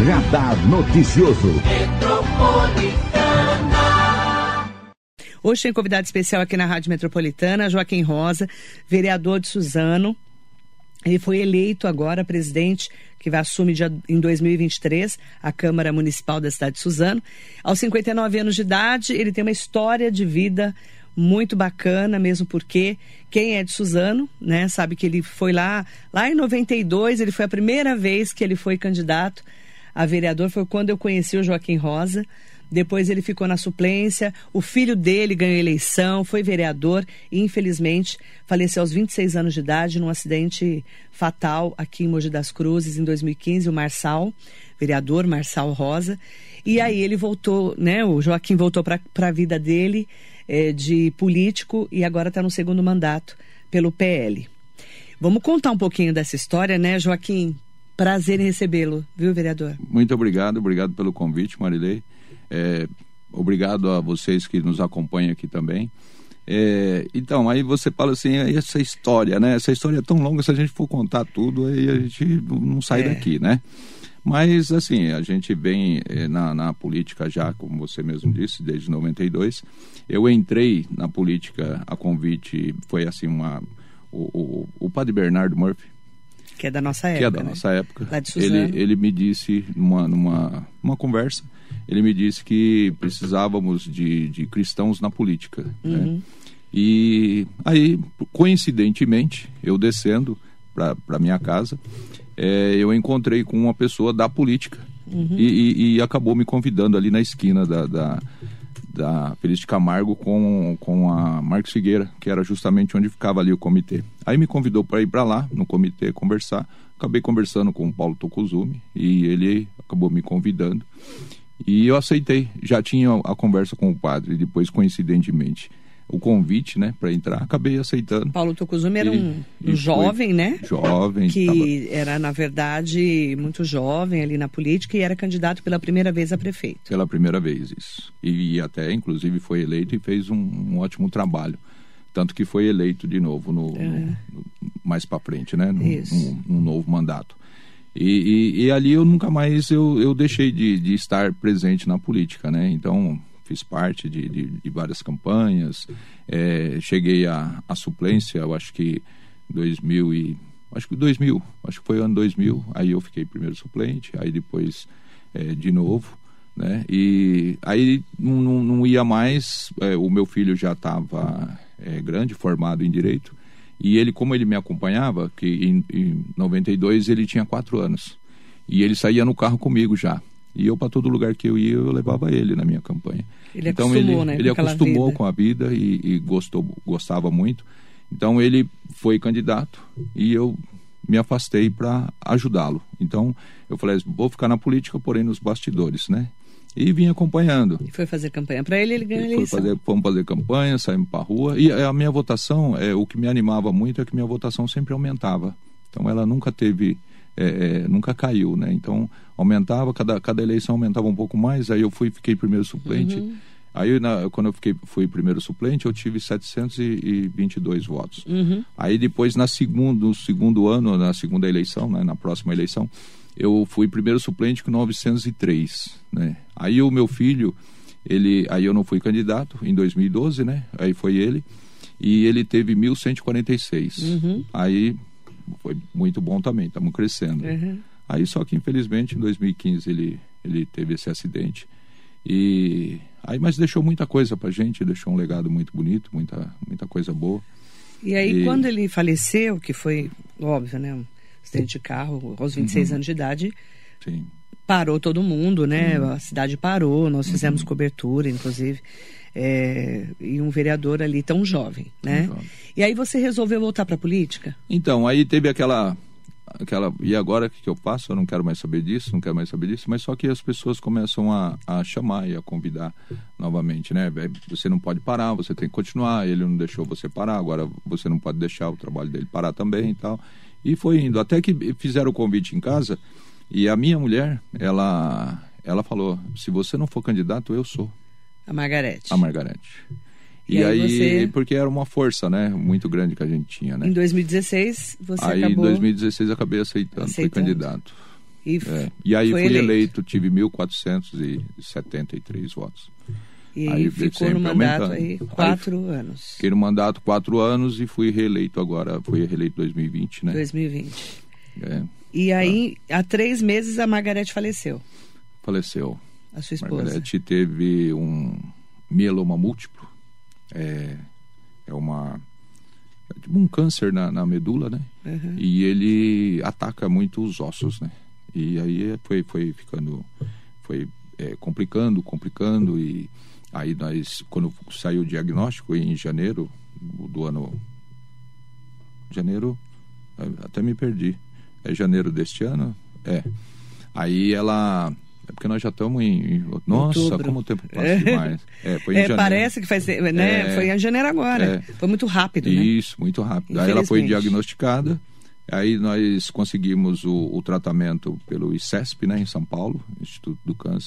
Radar Noticioso. Hoje tem convidado especial aqui na Rádio Metropolitana, Joaquim Rosa, vereador de Suzano. Ele foi eleito agora presidente, que vai assumir em 2023 a Câmara Municipal da cidade de Suzano. Aos 59 anos de idade, ele tem uma história de vida muito bacana, mesmo porque quem é de Suzano, né, sabe que ele foi lá em 92, ele foi a primeira vez que ele foi candidato a vereador, foi quando eu conheci o Joaquim Rosa. Depois ele ficou na suplência, o filho dele ganhou eleição, foi vereador e infelizmente faleceu aos 26 anos de idade num acidente fatal aqui em Mogi das Cruzes em 2015, o vereador Marçal Rosa. E aí ele voltou, né, o Joaquim voltou para a vida dele de político e agora está no segundo mandato pelo PL. Vamos contar um pouquinho dessa história, né, Joaquim? Prazer em recebê-lo, viu, vereador? Muito obrigado pelo convite, Marilei. Obrigado a vocês que nos acompanham aqui também. Então, aí você fala assim, essa história, né? Essa história é tão longa, se a gente for contar tudo, aí a gente não sai daqui, né? Mas, assim, a gente vem na política já, como você mesmo disse, desde 92. Eu entrei na política, a convite foi assim, o padre Bernardo Murphy, que é da nossa época, nossa época. Lá de Suzano. Ele me disse, numa conversa, ele me disse que precisávamos de cristãos na política. Né? E aí, coincidentemente, eu descendo para minha casa, eu encontrei com uma pessoa da política e acabou me convidando ali na esquina da Feliz de Camargo com a Marcos Figueira, que era justamente onde ficava ali o comitê. Aí me convidou para ir para lá, no comitê, conversar. Acabei conversando com o Paulo Tocuzumi e ele acabou me convidando. E eu aceitei. Já tinha a conversa com o padre, depois, coincidentemente, o convite, né, para entrar, acabei aceitando. Paulo Tocuzumi era um jovem, né? Jovem. Que era, na verdade, muito jovem ali na política e era candidato pela primeira vez a prefeito. Pela primeira vez, isso. E até, inclusive, foi eleito e fez um ótimo trabalho. Tanto que foi eleito de novo mais para frente, né? Num novo mandato. E ali eu nunca mais eu deixei de estar presente na política, né? Então, fiz parte de várias campanhas, cheguei à suplência, eu acho que 2000, acho que foi ano 2000, aí eu fiquei primeiro suplente, aí depois de novo, né? E aí não ia mais, o meu filho já estava grande, formado em Direito, e ele, como ele me acompanhava, que em 92 ele tinha 4 anos, e ele saía no carro comigo já. E eu, para todo lugar que eu ia, eu levava ele na minha campanha. Ele acostumou, né? Ele acostumou com a vida e gostava muito. Então, ele foi candidato e eu me afastei para ajudá-lo. Então, eu falei, vou ficar na política, porém nos bastidores, né? E vim acompanhando. E foi fazer campanha para ele ganhou a eleição. Fomos fazer campanha, saímos para a rua. E a minha votação, o que me animava muito é que minha votação sempre aumentava. Então, ela nunca teve... nunca caiu, né? Então aumentava, cada eleição aumentava um pouco mais. Aí eu fiquei primeiro suplente. Aí quando eu fui primeiro suplente, eu tive 722 votos. Aí depois no segundo ano, na segunda eleição, né, na próxima eleição, eu fui primeiro suplente com 903, né? Aí o meu filho, aí eu não fui candidato em 2012, né? Aí foi ele e ele teve 1.146. Aí foi muito bom também, estamos crescendo. Aí só que infelizmente em 2015 ele teve esse acidente. E aí, mas deixou muita coisa pra gente, deixou um legado muito bonito, muita coisa boa. E aí quando ele faleceu, que foi óbvio, né, um acidente de carro aos 26 anos de idade, sim, parou todo mundo, né? A cidade parou, nós fizemos cobertura, inclusive. E um vereador ali tão jovem, né? E aí você resolveu voltar para a política? Então, aí teve aquela e agora o que eu faço? Eu não quero mais saber disso, mas só que as pessoas começam a chamar e a convidar novamente, né? Você não pode parar, você tem que continuar, ele não deixou você parar, agora você não pode deixar o trabalho dele parar também e tal. E foi indo, até que fizeram o convite em casa e a minha mulher, ela falou, se você não for candidato, eu sou. A Margarete. E aí porque era uma força, né, muito grande que a gente tinha, né? Em 2016, você acabou... Aí em 2016 eu acabei aceitando, fui candidato. E aí fui eleito, tive 1.473 votos. E aí ficou no mandato aí 4 anos. Fiquei no mandato 4 anos e fui reeleito agora, fui reeleito em 2020, né? 2020. E aí, há 3 meses, a Margarete faleceu. Faleceu. A sua esposa. Margarete teve um mieloma múltiplo. É tipo um câncer na medula, né? Uhum. E ele ataca muito os ossos, né? E aí foi ficando, complicando, e aí quando saiu o diagnóstico em janeiro do ano... Janeiro, até me perdi. É janeiro deste ano? Aí ela... É porque nós já estamos nossa, outubro. Como o tempo passa demais. Foi em janeiro. Parece que faz, né? Foi em janeiro agora. Foi muito rápido, né? Isso, muito rápido. Aí ela foi diagnosticada. Aí nós conseguimos o tratamento pelo ICESP, né, em São Paulo, Instituto do Câncer.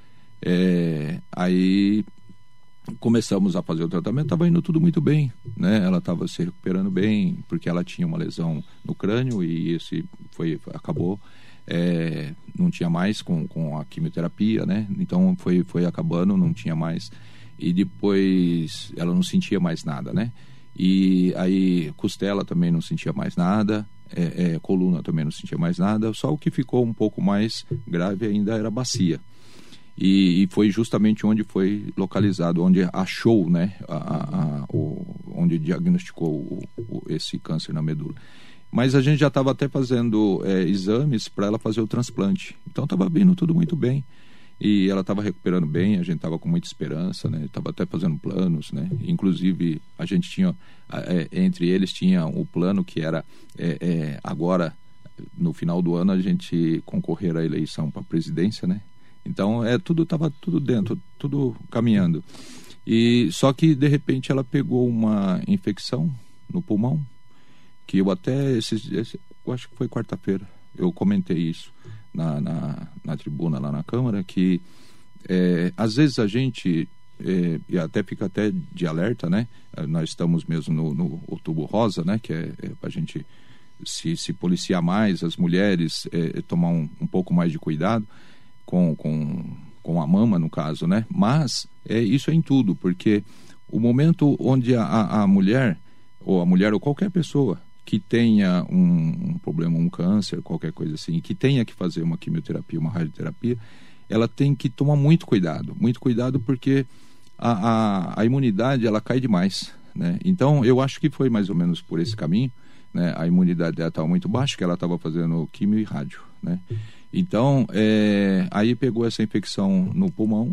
Aí começamos a fazer o tratamento, estava indo tudo muito bem, né? Ela estava se recuperando bem, porque ela tinha uma lesão no crânio e acabou. Não tinha mais com a quimioterapia, né? Então foi acabando, não tinha mais. E depois ela não sentia mais nada, né? E aí costela também não sentia mais nada, coluna também não sentia mais nada. Só o que ficou um pouco mais grave ainda era a bacia. E foi justamente onde foi localizado, onde achou, né? Onde diagnosticou esse câncer na medula. Mas a gente já estava até fazendo exames para ela fazer o transplante. Então estava vindo tudo muito bem. E ela estava recuperando bem, a gente estava com muita esperança, né? Estava até fazendo planos, né? Inclusive, a gente tinha, entre eles, tinha o plano que era, agora, no final do ano, a gente concorrer à eleição para a presidência, né? Então, estava tudo dentro, tudo caminhando. E só que, de repente, ela pegou uma infecção no pulmão, que eu até, eu acho que foi quarta-feira, eu comentei isso na tribuna lá na Câmara, que às vezes a gente, e até fica até de alerta, né? Nós estamos mesmo no Outubro Rosa, né? Que é para a gente se policiar mais, as mulheres tomar um pouco mais de cuidado com a mama, no caso, né? Mas isso é em tudo, porque o momento onde a mulher ou qualquer pessoa que tenha um problema, um câncer, qualquer coisa assim, que tenha que fazer uma quimioterapia, uma radioterapia, ela tem que tomar muito cuidado porque a imunidade, ela cai demais, né? Então, eu acho que foi mais ou menos por esse caminho, né? A imunidade dela estava muito baixa, que ela estava fazendo quimio e rádio, né? Então, aí pegou essa infecção no pulmão,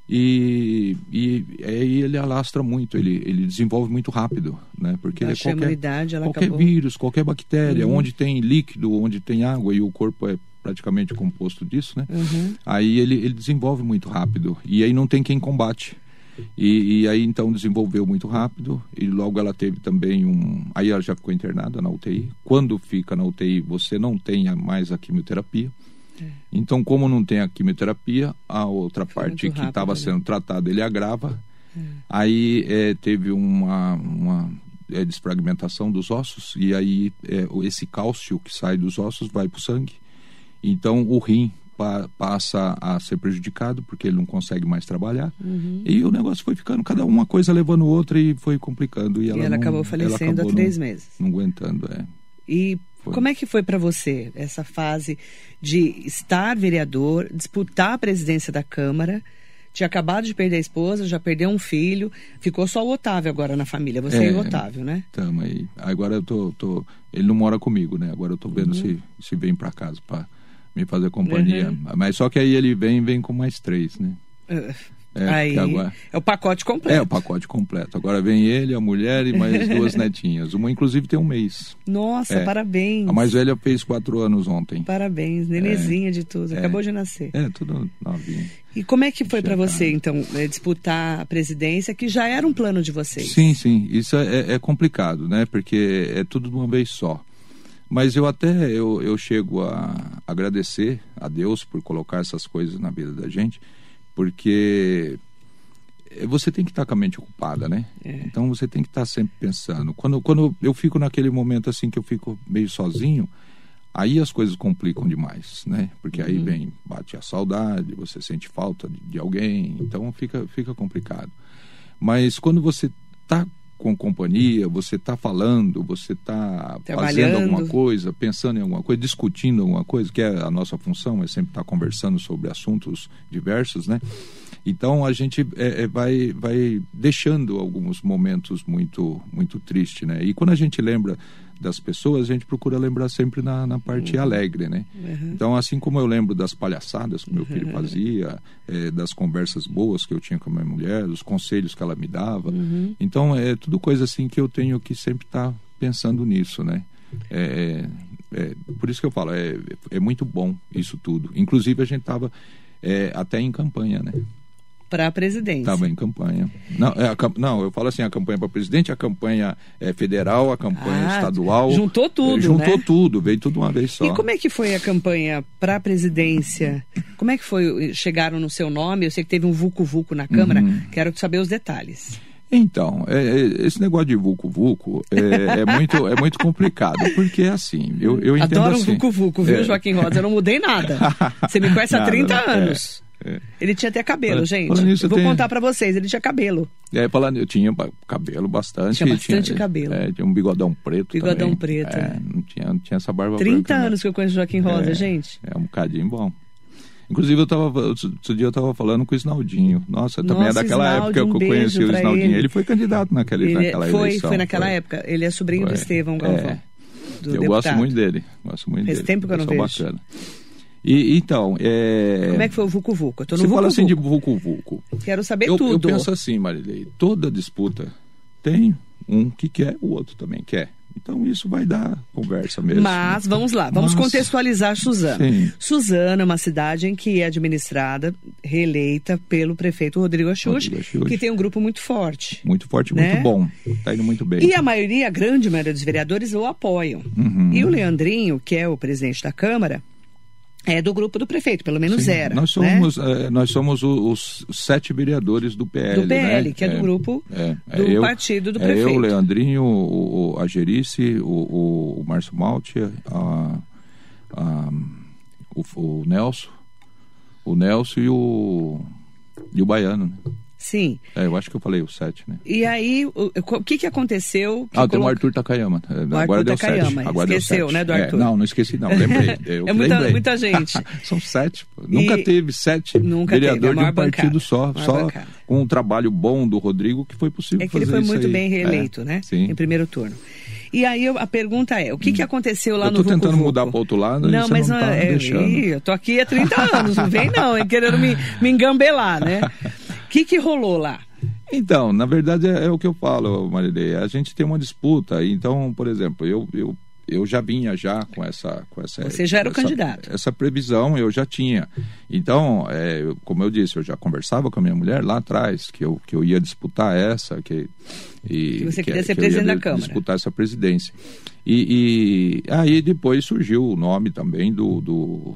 e ele alastra muito, ele desenvolve muito rápido, né? Porque qualquer vírus, qualquer bactéria, onde tem líquido, onde tem água, e o corpo é praticamente composto disso, né? Aí ele desenvolve muito rápido, e aí não tem quem combate. E aí então desenvolveu muito rápido, e logo ela teve também aí ela já ficou internada na UTI. Quando fica na UTI, você não tem mais a quimioterapia. Então, como não tem a quimioterapia, a outra parte que estava sendo tratada, ele agrava. Aí teve uma desfragmentação dos ossos, e aí esse cálcio que sai dos ossos vai para o sangue. Então, o rim passa a ser prejudicado, porque ele não consegue mais trabalhar. E o negócio foi ficando, cada uma coisa levando outra, e foi complicando. E ela acabou falecendo há 3 meses. Não aguentando, E como é que foi para você essa fase de estar vereador, disputar a presidência da Câmara? Tinha acabado de perder a esposa, já perdeu um filho, ficou só o Otávio agora na família, você e o Otávio, né? Tamo aí. Agora eu tô ele não mora comigo, né? Agora eu tô vendo se vem para casa para me fazer companhia. Mas só que aí ele vem com mais 3, né? Aí agora... é o pacote completo. É o pacote completo. Agora vem ele, a mulher e mais 2 netinhas. Uma, inclusive, tem 1 mês. Nossa, parabéns. A mais velha fez 4 anos ontem. Parabéns, nenezinha de tudo. Acabou de nascer. Tudo novinho. E como é que foi para você, então, disputar a presidência, que já era um plano de vocês? Sim. Isso é complicado, né? Porque é tudo de uma vez só. Mas eu chego a agradecer a Deus por colocar essas coisas na vida da gente, porque você tem que estar com a mente ocupada, né? Então você tem que estar sempre pensando. Quando eu fico naquele momento assim que eu fico meio sozinho, aí as coisas complicam demais, né? Porque aí bate a saudade, você sente falta de alguém, então fica complicado. Mas quando você está com companhia, você está falando, você está fazendo alguma coisa, pensando em alguma coisa, discutindo alguma coisa, que é a nossa função, é sempre estar conversando sobre assuntos diversos, né? Então a gente vai deixando alguns momentos muito, muito tristes, né? E quando a gente lembra das pessoas, a gente procura lembrar sempre na parte alegre, né? Então, assim como eu lembro das palhaçadas que meu filho fazia, das conversas boas que eu tinha com a minha mulher, dos conselhos que ela me dava, então é tudo coisa assim que eu tenho que sempre estar pensando nisso, né? Por isso que eu falo, é muito bom isso tudo. Inclusive a gente estava até em campanha, né? Para a presidência. Estava em campanha. Não, eu falo assim, a campanha para presidente, a campanha federal, a campanha estadual. Juntou tudo, Juntou tudo, veio tudo uma vez só. E como é que foi a campanha para a presidência? Como é que foi? Chegaram no seu nome? Eu sei que teve um vucu-vucu na Câmara. Quero saber os detalhes. Então, esse negócio de vucu-vucu é muito complicado, porque é assim, eu entendo Adoro assim. um vucu-vucu, viu, Joaquim Rosa? Eu não mudei nada. Você me conhece há 30 anos. Ele tinha até cabelo, gente. Eu vou contar pra vocês, ele tinha cabelo. Eu tinha cabelo bastante. Tinha bastante cabelo. Tinha um bigodão preto Bigodão também. preto. Não tinha essa barba 30 branca, anos que eu conheço o Joaquim Rosa, gente. É um bocadinho bom. Inclusive, outro dia eu estava falando com o Isnaldinho. Nossa, também é daquela época que eu conheci o Isnaldinho. Ele foi candidato naquela eleição. Foi naquela época. Ele é sobrinho do Estevão Galvão. Eu gosto muito dele. Faz tempo que eu não vejo. Bacana. Então, como é que foi o vucu-vucu? Eu tô no Você fala assim de vucu-vucu. Quero saber tudo. Eu penso assim, Marilei, toda disputa tem um que quer, o outro também quer. Então isso vai dar conversa mesmo. Mas, vamos lá, vamos contextualizar Suzano. Sim. Suzano é uma cidade em que é administrada, reeleita pelo prefeito Rodrigo Axuxi, que tem um grupo muito forte. Muito forte, né? Muito bom. Está indo muito bem. E a grande maioria dos vereadores o apoiam. E o Leandrinho, que é o presidente da Câmara, é do grupo do prefeito, pelo menos era. Nós somos os 7 vereadores do PL. Do PL, né? Que é do grupo do partido do prefeito. Eu, o Leandrinho, a Gerice, o Márcio Malte, o Nelson e o Baiano, né? Sim. Eu acho que eu falei os 7, né? E aí, o que aconteceu? Tem o Arthur Takayama. Agora deu 7. Agora esqueceu, né, do Arthur? Não esqueci, não. Lembrei. Muita gente. São 7. Nunca teve 7 vereadores de um partido só com um trabalho bom do Rodrigo que foi possível fazer isso. É que ele foi muito bem reeleito, né? Sim. Em primeiro turno. E aí a pergunta é, o que aconteceu lá no vucu-vucu? Eu tô tentando mudar para outro lado, não, mas não tá deixando. Eu tô aqui há 30 anos, não vem não, querendo me engambelar, né? O que rolou lá? Então, na verdade é o que eu falo, Marilei. A gente tem uma disputa. Então, por exemplo, eu já vinha com essa... Você já era o candidato. Essa previsão eu já tinha. Então, como eu disse, eu já conversava com a minha mulher lá atrás, que eu ia disputar que você queria ser presidente da Câmara. Disputar essa presidência. E aí depois surgiu o nome também do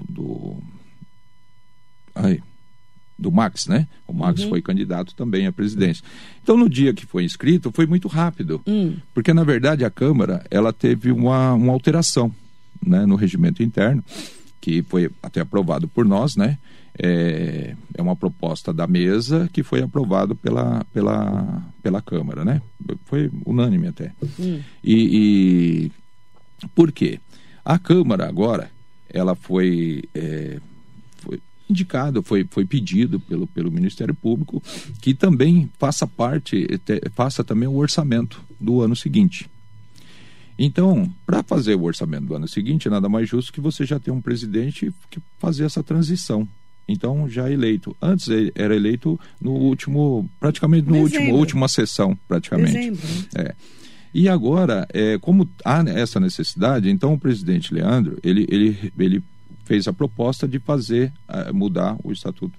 Max, né? O Max foi candidato também à presidência. Então, no dia que foi inscrito, foi muito rápido. Porque, na verdade, a Câmara, ela teve uma alteração, né, no regimento interno, que foi até aprovado por nós, né? É uma proposta da mesa que foi aprovado pela Câmara, né? Foi unânime até. E por quê? A Câmara agora, ela foi indicado, foi pedido pelo Ministério Público que também faça também o orçamento do ano seguinte. Então, para fazer o orçamento do ano seguinte, nada mais justo que você já tenha um presidente que fazer essa transição. Então, já eleito. Antes era eleito no último, praticamente no última sessão, praticamente. Dezembro. E agora, como há essa necessidade, então o presidente Leandro, ele fez a proposta de mudar o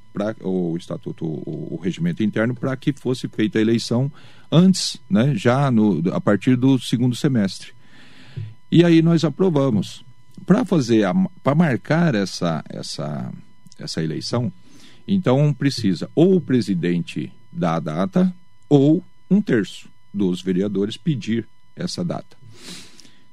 regimento interno para que fosse feita a eleição antes, né, já a partir do segundo semestre. E aí nós aprovamos. Para marcar essa eleição, então precisa ou o presidente dar a data ou 1/3 dos vereadores pedir essa data.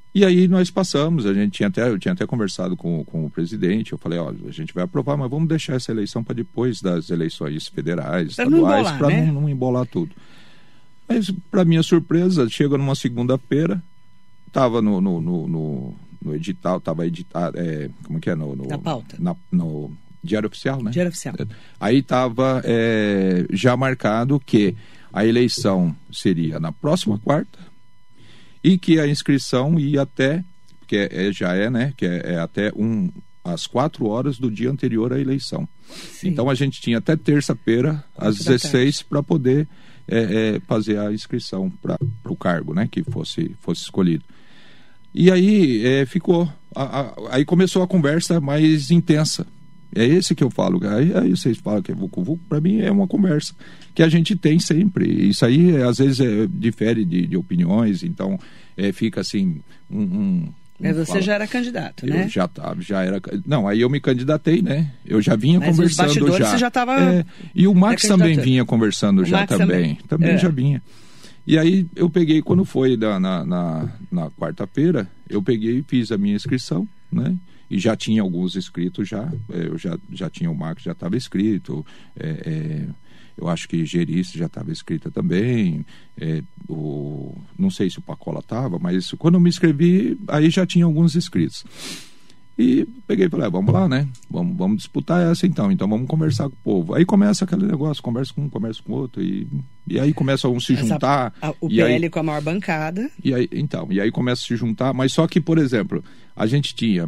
E aí nós passamos, eu tinha até conversado com o presidente, eu falei, ó, a gente vai aprovar, mas vamos deixar essa eleição para depois das eleições federais, estaduais, para não embolar tudo. Mas, para minha surpresa, chega numa segunda-feira, estava no edital, estava editado, como que é? Na pauta. No Diário Oficial, né? Diário Oficial. Aí estava já marcado que a eleição seria na próxima quarta, e que a inscrição ia até, né, que é até às 4 horas do dia anterior à eleição. Sim. Então a gente tinha até terça-feira, às 16, para poder fazer a inscrição para o cargo, né, que fosse escolhido. E aí aí começou a conversa mais intensa. É esse que eu falo. Aí vocês falam que é vucu-vucu, para mim é uma conversa que a gente tem sempre. Isso aí, às vezes, difere de opiniões, então fica assim... Você já era candidato, né? Eu já era... Não, aí eu me candidatei, né? Eu já vinha conversando os bastidores você já estava... E o Max também vinha conversando já também. Também já vinha. E aí eu peguei, quando foi na quarta-feira, eu peguei e fiz a minha inscrição, né? E já tinha alguns inscritos eu já tinha o Marcos, já estava inscrito, eu acho que Gerice já estava inscrita também, não sei se o Pacola estava, mas quando eu me inscrevi, aí já tinha alguns inscritos. E peguei e falei, vamos lá, né? Vamos disputar essa então vamos conversar com o povo. Aí começa aquele negócio, conversa com um, conversa com o outro, e aí começa a se juntar. O PL com a maior bancada. E aí começa a se juntar, mas só que, por exemplo, a gente tinha...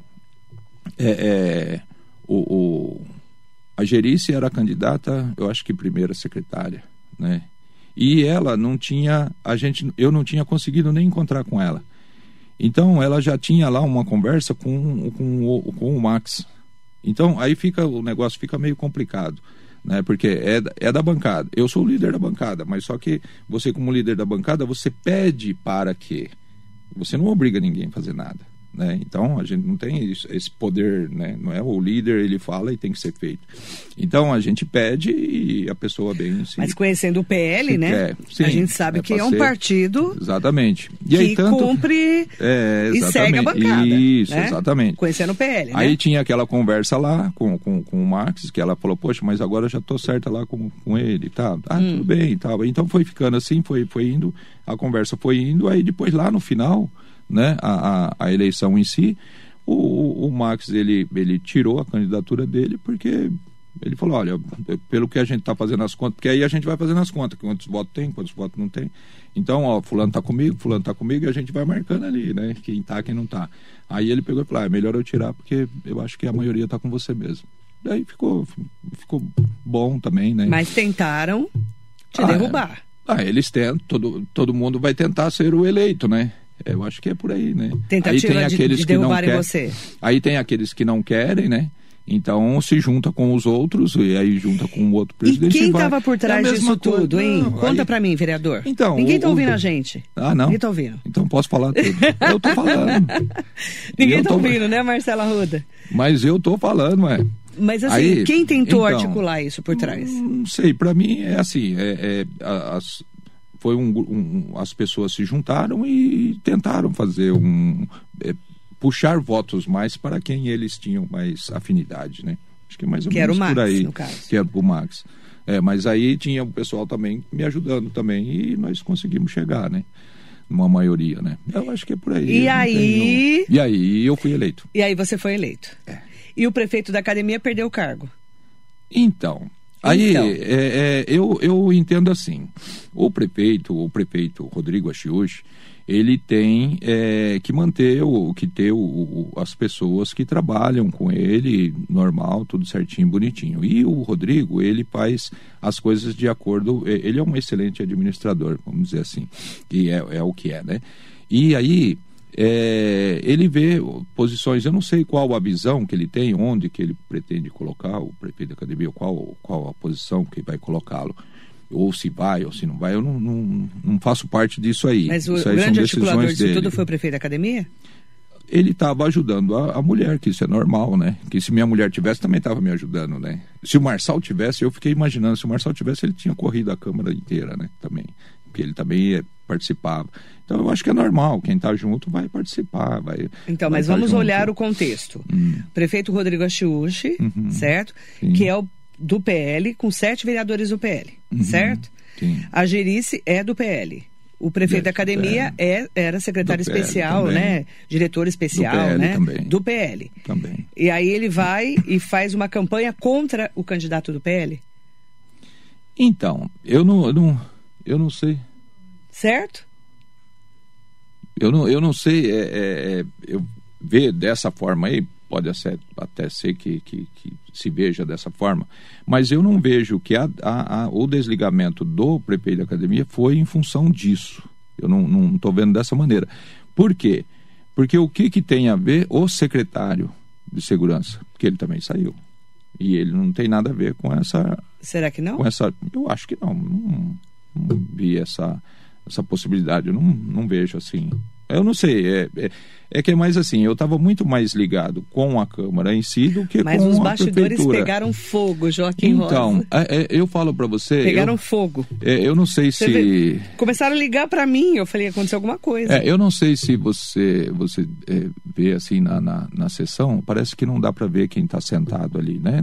a Gerice era a candidata, eu acho que primeira secretária, né? E ela não tinha, eu não tinha conseguido nem encontrar com ela. Então ela já tinha lá uma conversa com o Max. Então aí o negócio fica meio complicado, né? Porque é da bancada. Eu sou o líder da bancada, mas só que você, como líder da bancada, você pede para que você não obriga ninguém a fazer nada, né? Então a gente não tem esse poder, né? Não é o líder, ele fala e tem que ser feito. Então a gente pede e a pessoa vem. Mas conhecendo o PL, né? Sim, a gente sabe que é um partido. Exatamente. E aí, cumpre e segue a bancada. Isso, né? Exatamente. Conhecendo o PL, né? Aí tinha aquela conversa lá com o Max, que ela falou, poxa, mas agora eu já tô certa lá com ele, tá? Tudo bem e tal. Então foi ficando assim, foi indo, a conversa foi indo, aí depois lá no final, né, a eleição em si, o Max, ele tirou a candidatura dele porque ele falou, olha, pelo que a gente está fazendo as contas, porque aí a gente vai fazendo as contas, quantos votos tem, quantos votos não tem. Então, ó, fulano está comigo, e a gente vai marcando ali, né, quem tá, quem não tá. Aí ele pegou e falou, é melhor eu tirar porque eu acho que a maioria está com você mesmo. Daí ficou bom também, né. Mas tentaram te derrubar. Eles tentam, todo mundo vai tentar ser o eleito, né. Eu acho que é por aí, né. Tentativa aí tem aqueles de que não derrubarem querem, você. Aí tem aqueles que não querem, né. Então se junta com os outros e aí junta com o outro presidente. E quem estava por trás disso tudo, hein? Conta pra mim, vereador. Então, ninguém tá ouvindo a gente. Não? Ninguém tá ouvindo. Então posso falar tudo. Eu tô falando. Ninguém tá ouvindo, né, Marcela Arruda? Mas eu tô falando, Mas assim, aí, quem tentou articular isso por trás? Não sei, pra mim é assim, as pessoas se juntaram e tentaram fazer puxar votos mais para quem eles tinham mais afinidade, né? Acho que mais ou menos por aí. No caso. Que era o Max. Mas aí tinha o pessoal também me ajudando também e nós conseguimos chegar, né? Uma maioria, né? Eu acho que é por aí. E aí eu fui eleito. E aí você foi eleito. E o prefeito da academia perdeu o cargo. Então, aí eu entendo assim, o prefeito Rodrigo Achiuchi, ele tem que manter as pessoas que trabalham com ele, normal, tudo certinho, bonitinho. E o Rodrigo, ele faz as coisas de acordo, ele é um excelente administrador, vamos dizer assim, que é o que é, né? E aí, ele vê posições, eu não sei qual a visão que ele tem, onde que ele pretende colocar o prefeito da academia, qual a posição que vai colocá-lo, ou se vai ou se não vai, eu não faço parte disso aí. Mas o grande articulador disso tudo foi o prefeito da academia? Ele estava ajudando a mulher, que isso é normal, né? Que se minha mulher tivesse, também estava me ajudando, né? Se o Marçal tivesse, eu fiquei imaginando, se o Marçal tivesse, ele tinha corrido a Câmara inteira, né? Também. Porque ele também participava. Então eu acho que é normal, quem está junto vai participar. Então, mas vamos olhar o contexto. O prefeito Rodrigo Achiuchi, certo? Sim. Que é o do PL, com 7 vereadores do PL, certo? Sim. A Gerice é do PL. O prefeito da academia era secretário especial, também. Né? Diretor especial, do PL, né? Também. Do PL. Também. E aí ele vai e faz uma campanha contra o candidato do PL? Então, eu não sei. Certo? Eu não sei, eu ver dessa forma aí, pode até ser que se veja dessa forma, mas eu não vejo que o desligamento do prefeito da academia foi em função disso. Eu não estou vendo dessa maneira. Por quê? Porque o que tem a ver o secretário de segurança? Porque ele também saiu. E ele não tem nada a ver com essa... Será que não? Eu acho que não vi essa possibilidade, eu não vejo assim. Eu não sei, é que é mais assim, eu estava muito mais ligado com a Câmara em si do que mas com a prefeitura. Mas os bastidores pegaram fogo, Joaquim Rosa. Então, eu falo para você... Pegaram fogo. Eu não sei se... Começaram a ligar para mim, eu falei, aconteceu alguma coisa. Eu não sei se você vê assim na sessão, parece que não dá para ver quem está sentado ali, né?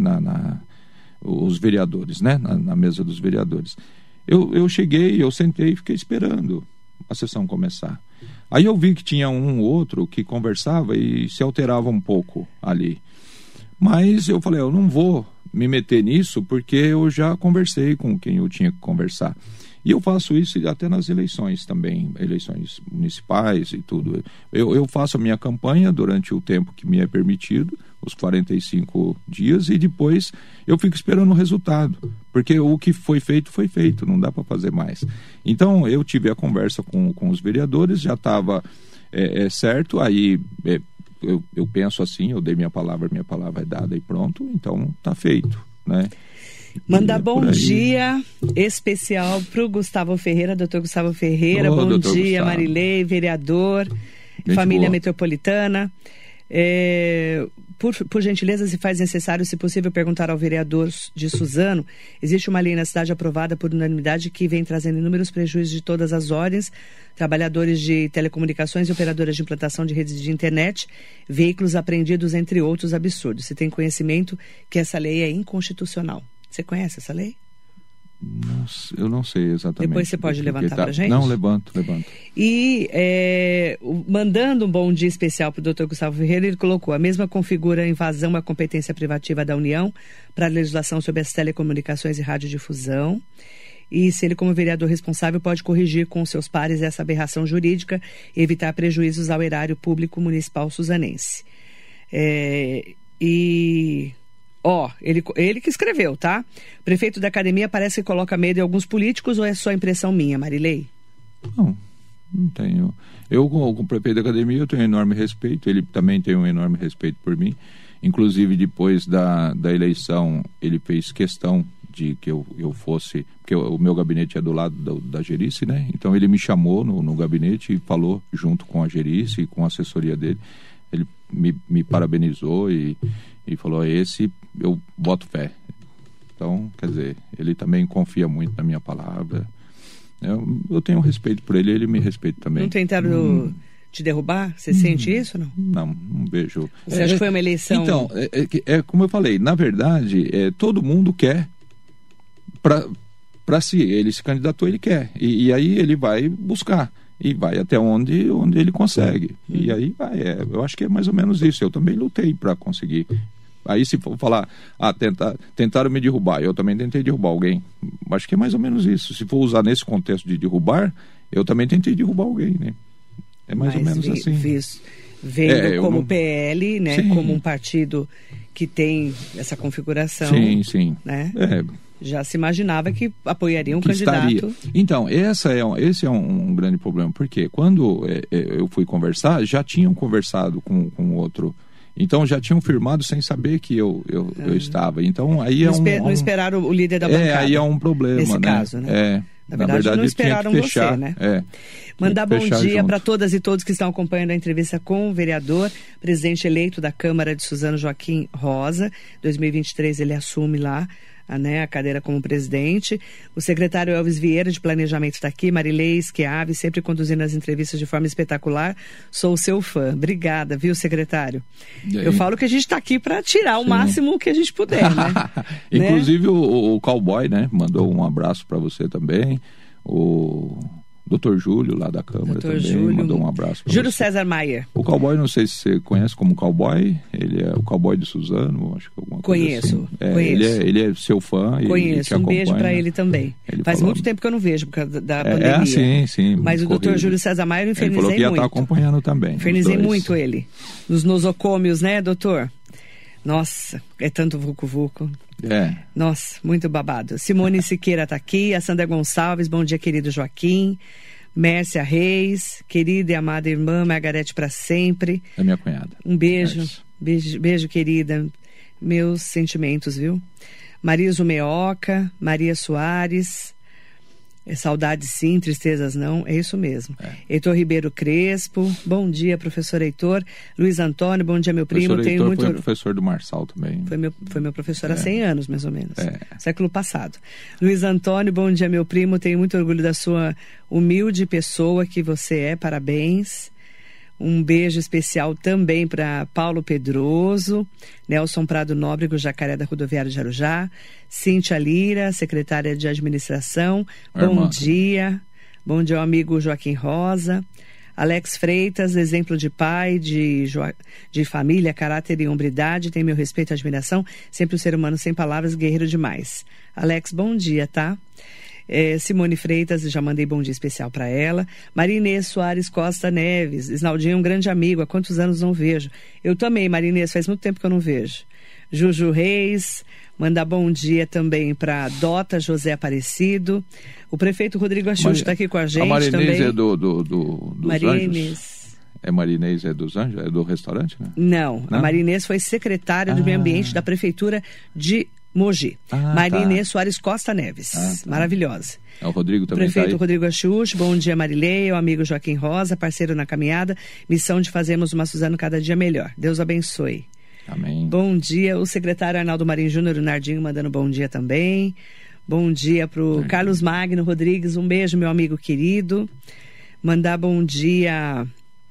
Os vereadores, né? Na mesa dos vereadores. Eu cheguei, eu sentei e fiquei esperando a sessão começar. Aí eu vi que tinha um ou outro que conversava e se alterava um pouco ali. Mas eu falei, eu não vou me meter nisso porque eu já conversei com quem eu tinha que conversar. E eu faço isso até nas eleições também, eleições municipais e tudo. Eu faço a minha campanha durante o tempo que me é permitido, os 45 dias, e depois eu fico esperando o resultado. Porque o que foi feito, não dá para fazer mais. Então eu tive a conversa com os vereadores, já estava certo, aí eu penso assim, eu dei minha palavra é dada e pronto, então está feito, né? Mandar bom dia especial para o Gustavo Ferreira, doutor Gustavo Ferreira. Bom doutor dia, Gustavo. Marilei, vereador, família boa. Metropolitana. Por gentileza, se faz necessário, se possível, perguntar ao vereador de Suzano. Existe uma lei na cidade aprovada por unanimidade que vem trazendo inúmeros prejuízos de todas as ordens, trabalhadores de telecomunicações e operadoras de implantação de redes de internet, veículos apreendidos, entre outros absurdos. Se tem conhecimento que essa lei é inconstitucional. Você conhece essa lei? Eu não sei exatamente. Depois você pode levantar para a gente? Não, levanto. E mandando um bom dia especial para o doutor Gustavo Ferreira, ele colocou: a mesma configura a invasão à competência privativa da União para a legislação sobre as telecomunicações e radiodifusão. E se ele, como vereador responsável, pode corrigir com seus pares essa aberração jurídica e evitar prejuízos ao erário público municipal suzanense. Ele que escreveu, tá? Prefeito da academia parece que coloca medo em alguns políticos, ou é só impressão minha, Marilei? Não tenho. Eu, com o prefeito da academia, eu tenho um enorme respeito, ele também tem um enorme respeito por mim. Inclusive, depois da eleição, ele fez questão de que eu fosse, porque o meu gabinete é do lado da Gerice, né? Então ele me chamou no gabinete e falou junto com a Gerice e com a assessoria dele. Ele me parabenizou e falou: esse eu boto fé. Então, quer dizer, ele também confia muito na minha palavra. Eu tenho respeito por ele me respeita também. Não tentaram te derrubar? Você sente isso ou não? Não vejo. Você acha que foi uma eleição? Então, como eu falei, na verdade, todo mundo quer para si. Ele se candidatou, ele quer. E aí ele vai buscar. E vai até onde ele consegue. E aí vai. Eu acho que é mais ou menos isso. Eu também lutei para conseguir. Aí se for falar, tentaram me derrubar, eu também tentei derrubar alguém. Acho que é mais ou menos isso. Se for usar nesse contexto de derrubar, eu também tentei derrubar alguém, né? É mais ou menos assim. Vendo como PL, né? Sim. Como um partido que tem essa configuração. Sim. Né? Já se imaginava que apoiaria um candidato. Estaria. Então, esse é um grande problema, porque quando eu fui conversar, já tinham conversado com outro. Então, já tinham firmado sem saber que eu estava. Então, aí não esperaram o líder da bancada. Aí é um problema, nesse né? caso, né? Na verdade, não esperaram tinha que fechar, você, né? Mandar bom dia para todas e todos que estão acompanhando a entrevista com o vereador, presidente eleito da Câmara de Suzano, Joaquim Rosa. 2023 ele assume lá a cadeira como presidente. O secretário Elvis Vieira, de Planejamento, está aqui. Marilei Schiavi, sempre conduzindo as entrevistas de forma espetacular. Sou seu fã. Obrigada, viu, secretário? Eu falo que a gente está aqui para tirar o máximo que a gente puder, né? Inclusive o Cowboy, né? Mandou um abraço para você também. O Dr. Júlio, lá da Câmara, também mandou um abraço para Júlio você. César Maier. O Cowboy, não sei se você conhece como Cowboy, ele é o Cowboy de Suzano, acho que alguma coisa assim. Conheço. Ele é seu fã. Conheço, um beijo para ele também. Faz muito tempo que eu não vejo por causa da pandemia. Sim. Mas o Dr. Júlio César Maier eu infernizei muito. Ele falou que ia estar acompanhando também. Infernizei muito ele. Nos nosocômios, né, doutor? Nossa, é tanto vucu-vucu. Nossa, muito babado. Simone Siqueira está aqui, a Sandra Gonçalves, bom dia, querido Joaquim. Mércia Reis, querida e amada irmã, Margarete para sempre. É minha cunhada. Um beijo, beijo, querida. Meus sentimentos, viu? Marisa Meoca, Maria Soares. Saudades sim, tristezas não, é isso mesmo. Heitor Ribeiro Crespo, bom dia, professor Heitor. Luiz Antônio, bom dia, meu primo. Professor Heitor foi professor do Marçal também. Foi meu professor há 100 anos, mais ou menos. Século passado. Luiz Antônio, bom dia, meu primo. Tenho muito orgulho da sua humilde pessoa que você é, parabéns. Um beijo especial também para Paulo Pedroso, Nelson Prado Nóbrego, Jacaré da Rodoviária de Arujá, Cíntia Lira, secretária de administração, bom dia. Bom dia ao amigo Joaquim Rosa. Alex Freitas, exemplo de pai, de família, caráter e hombridade, tem meu respeito e admiração, sempre um ser humano sem palavras, guerreiro demais. Alex, bom dia, tá? Simone Freitas, já mandei bom dia especial para ela. Marinês Soares Costa Neves, Isnaldinho, um grande amigo, há quantos anos não vejo? Eu também, Marinês, faz muito tempo que eu não vejo. Juju Reis, mandar bom dia também para Dota José Aparecido. O prefeito Rodrigo Axuxi está aqui com a gente. A Marinês também. É dos Anjos? É Marinês é dos Anjos? É do restaurante, né? Não? A Marinês foi secretária do Meio Ambiente da Prefeitura de Mogi. Marinês Soares Costa Neves. Maravilhosa. O Rodrigo também Prefeito tá aí. Rodrigo Axuxi, bom dia, Marilei, o amigo Joaquim Rosa, parceiro na caminhada, missão de fazermos uma Suzano cada dia melhor. Deus abençoe. Amém. Bom dia, o secretário Arnaldo Marinho Júnior, o Nardinho, mandando bom dia também. Bom dia pro Carlos Magno Rodrigues, um beijo, meu amigo querido. Mandar bom dia.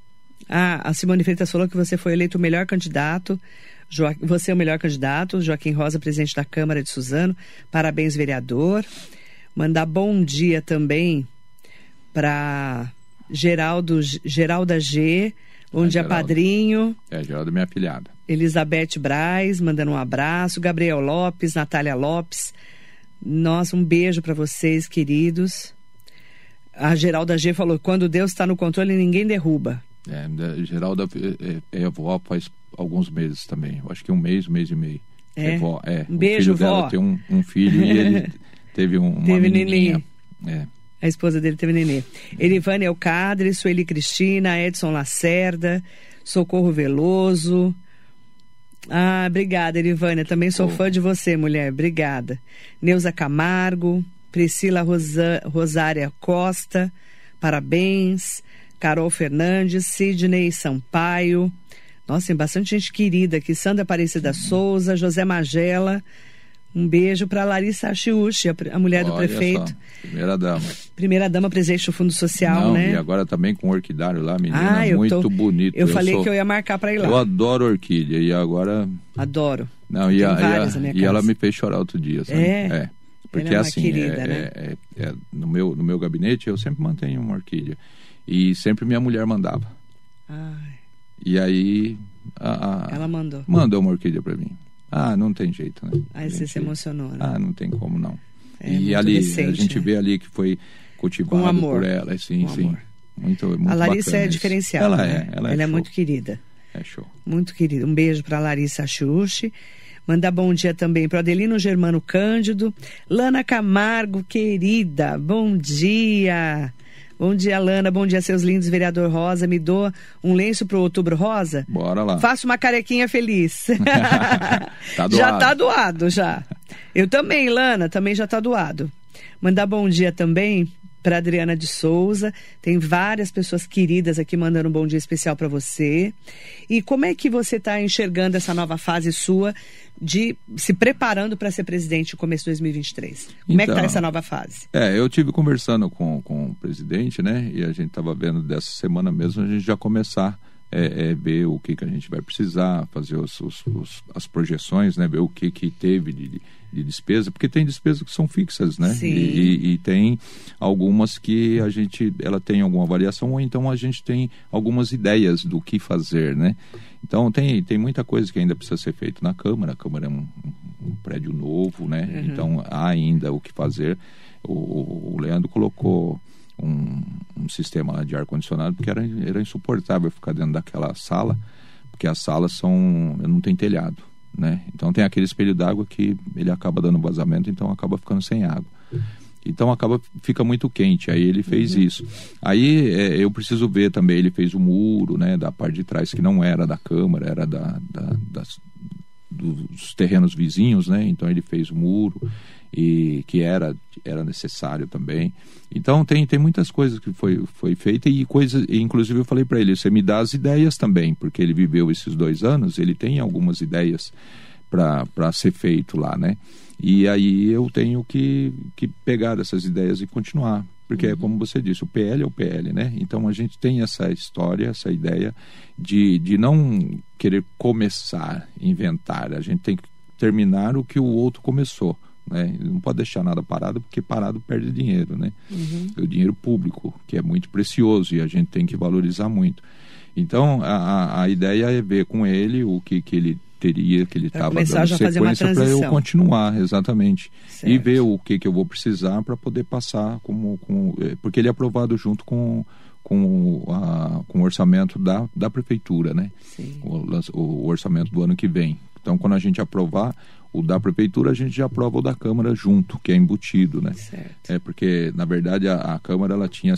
A Simone Freitas falou que você foi eleito o melhor candidato. Você é o melhor candidato. Joaquim Rosa, presidente da Câmara de Suzano. Parabéns, vereador. Mandar bom dia também para Geralda G. Bom dia, padrinho. Geralda é minha afilhada. Elizabeth Braz, mandando um abraço. Gabriel Lopes, Natália Lopes. Nossa, um beijo para vocês, queridos. A Geralda G falou, quando Deus está no controle, ninguém derruba. Geralda é avó faz alguns meses também. Eu acho que um mês e meio. Vó, um beijo, vó. Ela tem um filho e ele teve uma menininha. A esposa dele teve nenê. Erivane Elcadre, Sueli Cristina, Edson Lacerda, Socorro Veloso. Obrigada, Erivânia. Também sou fã de você, mulher. Obrigada. Neuza Camargo, Priscila Rosária Costa, parabéns. Carol Fernandes, Sidney Sampaio. Nossa, tem bastante gente querida aqui. Sandra Aparecida Souza, José Magela. Um beijo para Larissa Achiuchi, a mulher do prefeito. Primeira dama, presidente do Fundo Social, né? E agora também com o orquidário lá, menina, muito bonito. Eu falei que eu ia marcar para ir lá. Eu adoro orquídea e agora... Adoro. Não, e ela me fez chorar outro dia, sabe? Porque ela é assim, querida, né? no meu gabinete eu sempre mantenho uma orquídea. E sempre minha mulher mandava. E aí... ela mandou. Mandou uma orquídea para mim. Não tem jeito, né? Aí você se emocionou, né? Não tem como não. E ali, recente, a gente vê ali que foi cultivado com amor. Por ela. Sim. Muito a Larissa bacana é diferenciada. Ela é show. Muito querida. É show. Muito querida. Um beijo para Larissa Achuchi. Mandar bom dia também para Adelino Germano Cândido. Lana Camargo, querida, bom dia. Bom dia, Lana. Bom dia, seus lindos. Vereador Rosa, me doa um lenço pro Outubro Rosa? Bora lá. Faça uma carequinha feliz. Tá doado. Já tá doado, já. Eu também, Lana, também já tá doado. Mandar bom dia também para Adriana de Souza, tem várias pessoas queridas aqui mandando um bom dia especial para você. E como é que você está enxergando essa nova fase sua de se preparando para ser presidente no começo de 2023? Como é que está essa nova fase? Eu tive conversando com o presidente, né? E a gente estava vendo dessa semana mesmo a gente já começar ver o que a gente vai precisar, fazer as projeções, né? Ver o que teve de despesa, porque tem despesas que são fixas, né? E tem algumas que ela tem alguma variação, ou então a gente tem algumas ideias do que fazer, né? Então tem muita coisa que ainda precisa ser feita na Câmara. A Câmara é um prédio novo, né? Uhum. Então há ainda o que fazer. O Leandro colocou um sistema de ar-condicionado, porque era insuportável ficar dentro daquela sala, porque as salas não tem telhado, né? Então tem aquele espelho d'água que ele acaba dando vazamento, então acaba ficando sem água. Então fica muito quente, aí ele fez isso. Aí eu preciso ver também, ele fez o muro, né, da parte de trás, que não era da Câmara, era dos terrenos vizinhos, né? Então ele fez o muro, e que era necessário também. Então tem muitas coisas que foi feita, e inclusive eu falei para ele, você me dá as ideias também, porque ele viveu esses 2 anos, ele tem algumas ideias para ser feito lá, né? E aí eu tenho que pegar essas ideias e continuar, porque como você disse, o PL é o PL, né? Então a gente tem essa história, essa ideia de não querer começar, inventar, a gente tem que terminar o que o outro começou, né? Não pode deixar nada parado, porque parado perde dinheiro, né? O dinheiro público, que é muito precioso e a gente tem que valorizar muito. Então a ideia é ver com ele o que ele teria, que ele estava dando sequência para eu continuar, exatamente. Certo. E ver o que eu vou precisar para poder passar porque ele é aprovado junto com o orçamento da prefeitura, né? O orçamento do ano que vem. Então, quando a gente aprovar o da prefeitura, a gente já aprova o da Câmara junto, que é embutido, né? Certo. Porque, na verdade, a Câmara ela tinha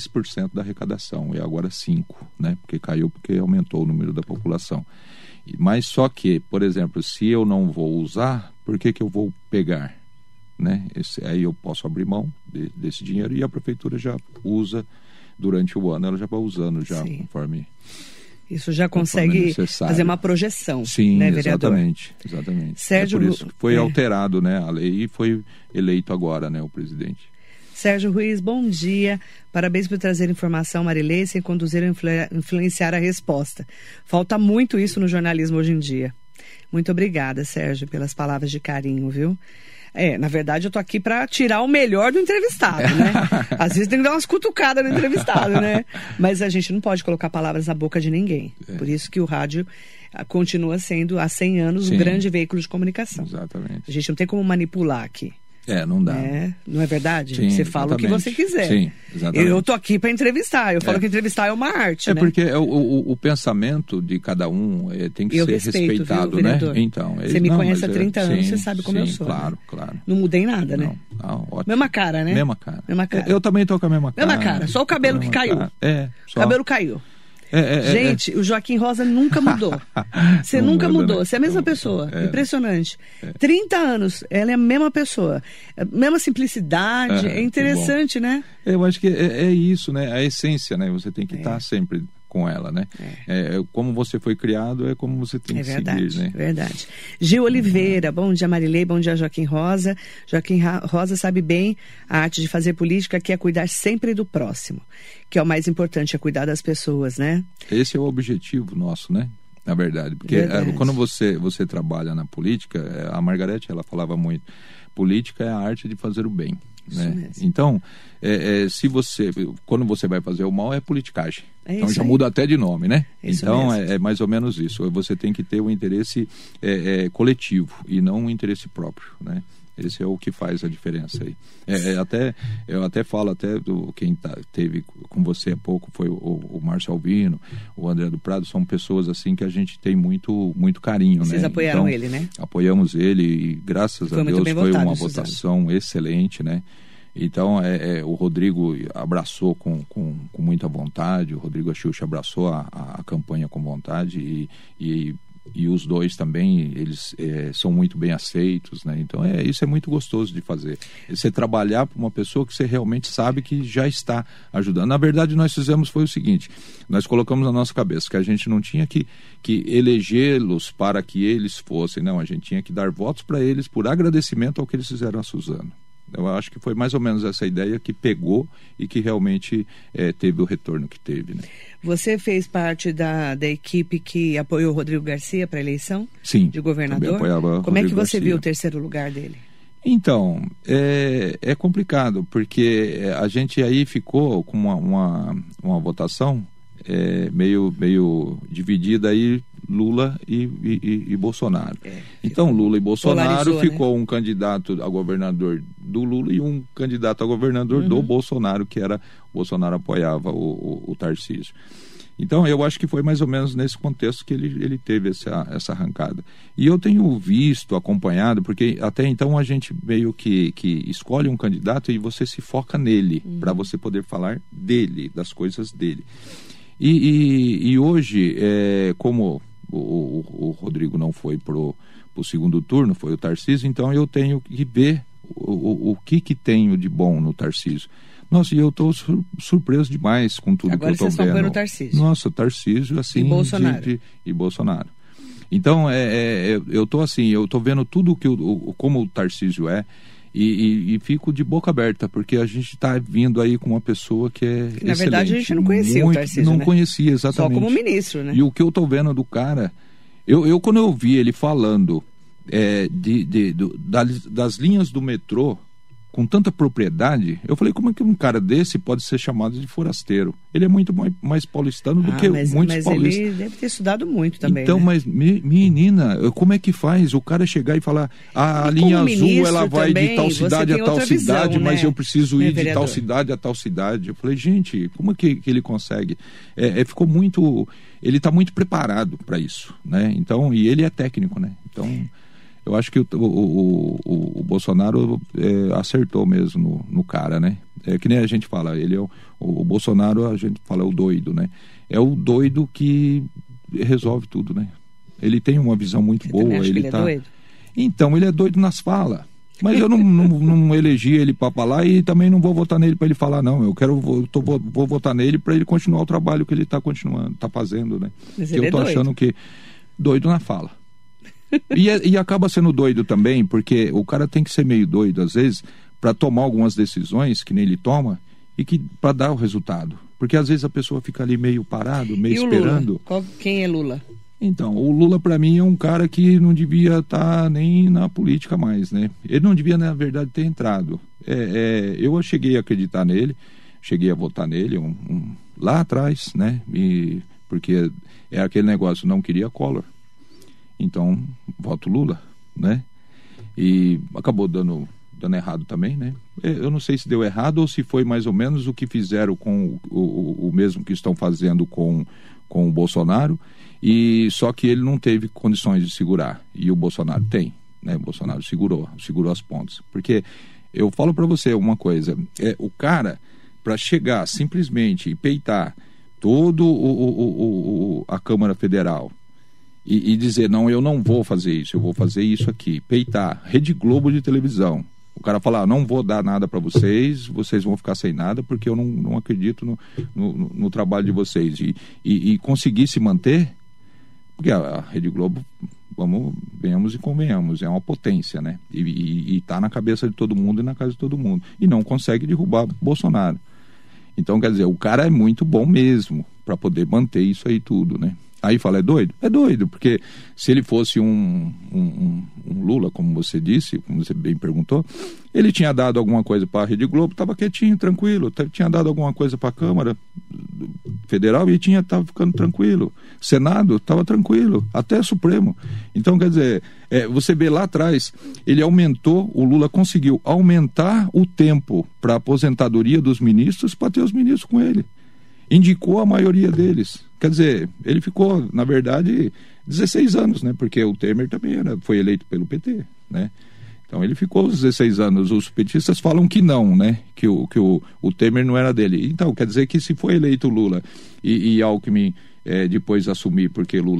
6% da arrecadação, e agora 5%, né? Porque aumentou o número da população. Mas só que, por exemplo, se eu não vou usar, por que eu vou pegar? Né? Aí eu posso abrir mão desse dinheiro, e a prefeitura já usa durante o ano, ela já vai usando já conforme... Isso já consegue fazer uma projeção, né, vereador? Exatamente. Sérgio, por isso que foi alterado, né, a lei, e foi eleito agora, né, o presidente. Sérgio Ruiz, bom dia. Parabéns por trazer informação, Marilei, sem conduzir ou influenciar a resposta. Falta muito isso no jornalismo hoje em dia. Muito obrigada, Sérgio, pelas palavras de carinho, viu? Na verdade, eu tô aqui para tirar o melhor do entrevistado, né? Às vezes tem que dar umas cutucadas no entrevistado, né? Mas a gente não pode colocar palavras na boca de ninguém. Por isso que o rádio continua sendo, há 100 anos, um grande veículo de comunicação. Exatamente. A gente não tem como manipular aqui. Não dá. Não é verdade? Sim, você fala o que você quiser. Sim, exatamente. Eu tô aqui para entrevistar. Eu falo que entrevistar é uma arte, né? Porque o pensamento de cada um tem que ser respeitado, viu, vereador? Né? Então, você me conhece há 30 anos, você sabe como eu sou. Claro, né? claro. Não mudei nada, né? Não, ótimo. Mesma cara, né? Mesma cara. Eu também tô com a mesma cara. Mesma cara, só o cabelo que caiu. Só. O cabelo caiu. Gente, o Joaquim Rosa nunca mudou. Você nunca mudou, né? Você é a mesma pessoa. Impressionante. 30 anos, ela é a mesma pessoa. A mesma simplicidade. É interessante, né? Eu acho que é isso, né? A essência, né? Você tem que estar sempre com ela, né? Como você foi criado, é como você tem que seguir, né? Verdade. Gil Oliveira, bom dia, Marilei, bom dia, Joaquim Rosa. Joaquim Rosa sabe bem a arte de fazer política, que é cuidar sempre do próximo, que é o mais importante, é cuidar das pessoas, né? Esse é o objetivo nosso, né? Na verdade, porque quando você trabalha na política, a Margarete, ela falava muito, política é a arte de fazer o bem. Né? Então, quando você vai fazer o mal, é politicagem. Então já muda até de nome, né? Então é mais ou menos isso. Você tem que ter o interesse coletivo e não o interesse próprio, né? Esse é o que faz a diferença aí. Eu até falo, quem teve com você há pouco foi o Márcio Albino, o André do Prado, são pessoas assim que a gente tem muito, muito carinho. Vocês né? apoiaram ele, né? Apoiamos ele e graças a Deus foi uma votação excelente, né? Então o Rodrigo abraçou com muita vontade, o Rodrigo Axilcha abraçou a campanha com vontade e e os dois também, eles são muito bem aceitos, né? Então isso é muito gostoso de fazer. Você trabalhar para uma pessoa que você realmente sabe que já está ajudando. Na verdade, nós fizemos foi o seguinte, nós colocamos na nossa cabeça que a gente não tinha que elegê-los para que eles fossem, não, a gente tinha que dar votos para eles por agradecimento ao que eles fizeram a Suzano. Eu acho que foi mais ou menos essa ideia que pegou e que realmente teve o retorno que teve, né? Você fez parte da equipe que apoiou o Rodrigo Garcia para a eleição? Sim, de governador? Apoiava Como é que Rodrigo você Garcia. viu o terceiro lugar dele? Então, é complicado, porque a gente aí ficou com uma votação meio dividida aí, Lula e Bolsonaro. Então, Lula e Bolsonaro ficou, né? Um candidato a governador do Lula e um candidato a governador do Bolsonaro, que era, o Bolsonaro apoiava o Tarcísio. Então, eu acho que foi mais ou menos nesse contexto que ele teve essa arrancada. E eu tenho visto, acompanhado, porque até então a gente meio que escolhe um candidato e você se foca nele, para você poder falar dele, das coisas dele. E hoje, como o Rodrigo não foi pro segundo turno, foi o Tarcísio, então eu tenho que ver o que tenho de bom no Tarcísio. Nossa, e eu estou surpreso demais com tudo. Agora que eu estou vendo. Agora vocês estão vendo o Tarcísio. Nossa, Tarcísio, assim... E Bolsonaro. E Bolsonaro. Então, eu estou assim, eu estou vendo tudo como o Tarcísio é, e fico de boca aberta, porque a gente está vindo aí com uma pessoa que é excelente. Na verdade, a gente não conhecia o Tarcísio, não né? conhecia, exatamente. Só como ministro, né? E o que eu estou vendo do cara... Eu quando eu vi ele falando das linhas do metrô com tanta propriedade, eu falei, como é que um cara desse pode ser chamado de forasteiro? Ele é muito mais paulistano do que muitos paulistas. Mas ele deve ter estudado muito também, então, né? Mas, menina, como é que faz? O cara chegar e falar, a linha azul, ela vai também, de tal cidade a tal cidade, visão, mas né? eu preciso ir vereador? De tal cidade a tal cidade. Eu falei, gente, como é que ele consegue? Ficou muito... Ele está muito preparado para isso, né? Então, e ele é técnico, né? Então... Eu acho que o Bolsonaro acertou mesmo no cara, né? Que nem a gente fala, ele é o Bolsonaro, a gente fala, é o doido, né? É o doido que resolve tudo, né? Ele tem uma visão muito boa. Ele é doido? Então, ele é doido nas falas. Mas eu não elegi ele para falar e também não vou votar nele para ele falar, não. Vou votar nele para ele continuar o trabalho que ele está fazendo, né? Mas que ele eu tô achando que doido na fala. E acaba sendo doido também, porque o cara tem que ser meio doido, às vezes, para tomar algumas decisões, que nem ele toma, e que para dar o resultado. Porque às vezes a pessoa fica ali meio parado, meio esperando. Lula? Quem é Lula? Então, o Lula para mim é um cara que não devia estar nem na política mais, né? Ele não devia, na verdade, ter entrado. Eu cheguei a acreditar nele, cheguei a votar nele lá atrás, né? Porque é aquele negócio, não queria Collor. Então, voto Lula, né? E acabou dando errado também, né? Eu não sei se deu errado ou se foi mais ou menos o que fizeram com o mesmo que estão fazendo com o Bolsonaro, e só que ele não teve condições de segurar, e o Bolsonaro tem, né? O Bolsonaro segurou as pontas. Porque eu falo para você uma coisa, o cara, para chegar simplesmente e peitar todo a Câmara Federal, e dizer, não, eu não vou fazer isso, eu vou fazer isso aqui, peitar, Rede Globo de televisão, o cara falar, não vou dar nada para vocês vão ficar sem nada, porque eu não acredito no trabalho de vocês, e conseguir se manter, porque a Rede Globo, venhamos e convenhamos, é uma potência, né, e tá na cabeça de todo mundo e na casa de todo mundo, e não consegue derrubar Bolsonaro. Então, quer dizer, o cara é muito bom mesmo para poder manter isso aí tudo, né. Aí fala, é doido? É doido, porque se ele fosse um Lula, como você disse, como você bem perguntou, ele tinha dado alguma coisa para a Rede Globo, estava quietinho, tranquilo, tinha dado alguma coisa para a Câmara Federal e estava ficando tranquilo. Senado estava tranquilo, até Supremo. Então, quer dizer, você vê lá atrás, o Lula conseguiu aumentar o tempo para a aposentadoria dos ministros para ter os ministros com ele. Indicou a maioria deles. Quer dizer, ele ficou, na verdade, 16 anos, né? Porque o Temer também foi eleito pelo PT, né? Então ele ficou os 16 anos. Os petistas falam que não, né? Que o Temer não era dele. Então, quer dizer que se foi eleito o Lula e Alckmin depois assumir, porque Lula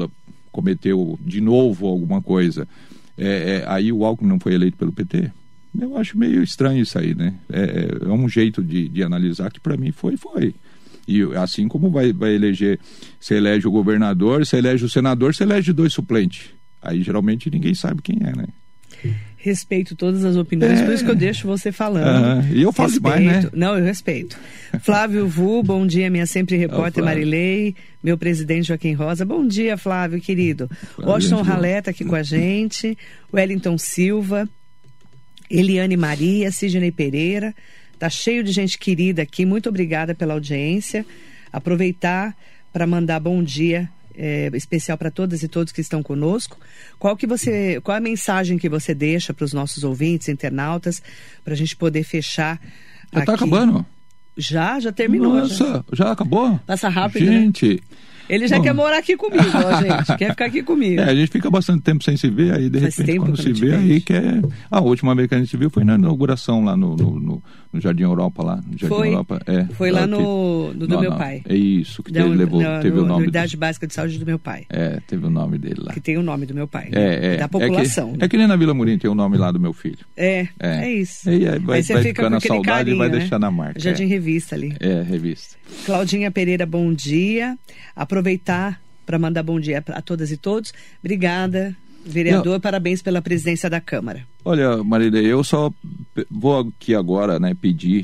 cometeu de novo alguma coisa, aí o Alckmin não foi eleito pelo PT. Eu acho meio estranho isso aí, né? É um jeito de analisar que para mim foi. E assim como vai eleger, você elege o governador, você elege o senador, você elege 2 suplentes. Aí geralmente ninguém sabe quem é, né? Respeito todas as opiniões, por isso que eu deixo você falando. E eu falo demais, né? Não, eu respeito. Flávio Vu, bom dia, minha sempre repórter Marilei, meu presidente Joaquim Rosa. Bom dia, Flávio, querido. Washington Ralé tá aqui com a gente, Wellington Silva, Eliane Maria, Sidney Pereira. Tá cheio de gente querida aqui, muito obrigada pela audiência. Aproveitar para mandar bom dia especial para todas e todos que estão conosco. Qual a mensagem que você deixa para os nossos ouvintes, internautas, para a gente poder fechar? Já está acabando? Já terminou. Nossa, já acabou? Passa rápido, gente. Né? Ele já quer morar aqui comigo, ó, gente. Quer ficar aqui comigo. A gente fica bastante tempo sem se ver, aí de repente quando se vê, aí quer... A última vez que a gente se viu foi na inauguração lá no Jardim Europa, lá. No Jardim Europa. Foi lá no do meu pai. É isso, que teve o nome... Unidade Básica de Saúde do meu pai. Teve o nome dele lá. Que tem o nome do meu pai. Da população. É que nem na Vila Murim tem o nome lá do meu filho. É isso. E aí vai ficando a saudade carinho, e vai deixar na marca. Jardim Revista ali. Revista. Claudinha Pereira, bom dia. Aproveitar para mandar bom dia a todas e todos. Obrigada, vereador, parabéns pela presidência da Câmara. Olha, Marília, eu só vou aqui agora, né, pedir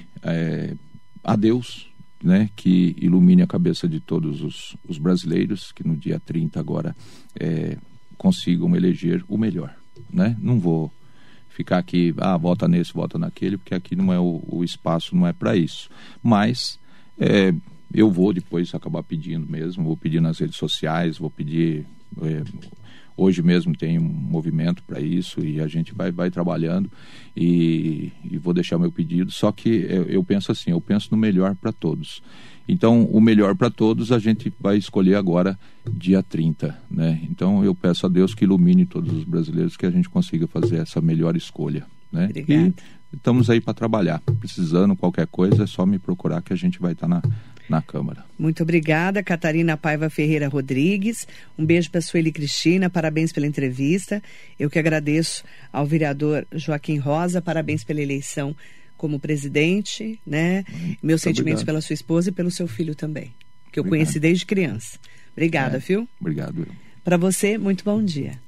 a Deus, né, que ilumine a cabeça de todos os brasileiros, que no dia 30 agora consigam eleger o melhor, né? Não vou ficar aqui, vota nesse, vota naquele, porque aqui não é o espaço, não é para isso. Mas eu vou depois acabar pedindo mesmo, vou pedir nas redes sociais, vou pedir... hoje mesmo tem um movimento para isso e a gente vai trabalhando e vou deixar meu pedido. Só que eu penso assim, eu penso no melhor para todos. Então, o melhor para todos a gente vai escolher agora, dia 30, né? Então, eu peço a Deus que ilumine todos os brasileiros, que a gente consiga fazer essa melhor escolha, né? Obrigada. E estamos aí para trabalhar. Precisando qualquer coisa, é só me procurar que a gente vai estar na Câmara. Muito obrigada, Catarina Paiva Ferreira Rodrigues. Um beijo para a Sueli Cristina, parabéns pela entrevista. Eu que agradeço ao vereador Joaquim Rosa, parabéns pela eleição como presidente, né? Meus sentimentos pela sua esposa e pelo seu filho também, que eu conheci desde criança. Obrigada, viu? Obrigado. Para você, muito bom dia.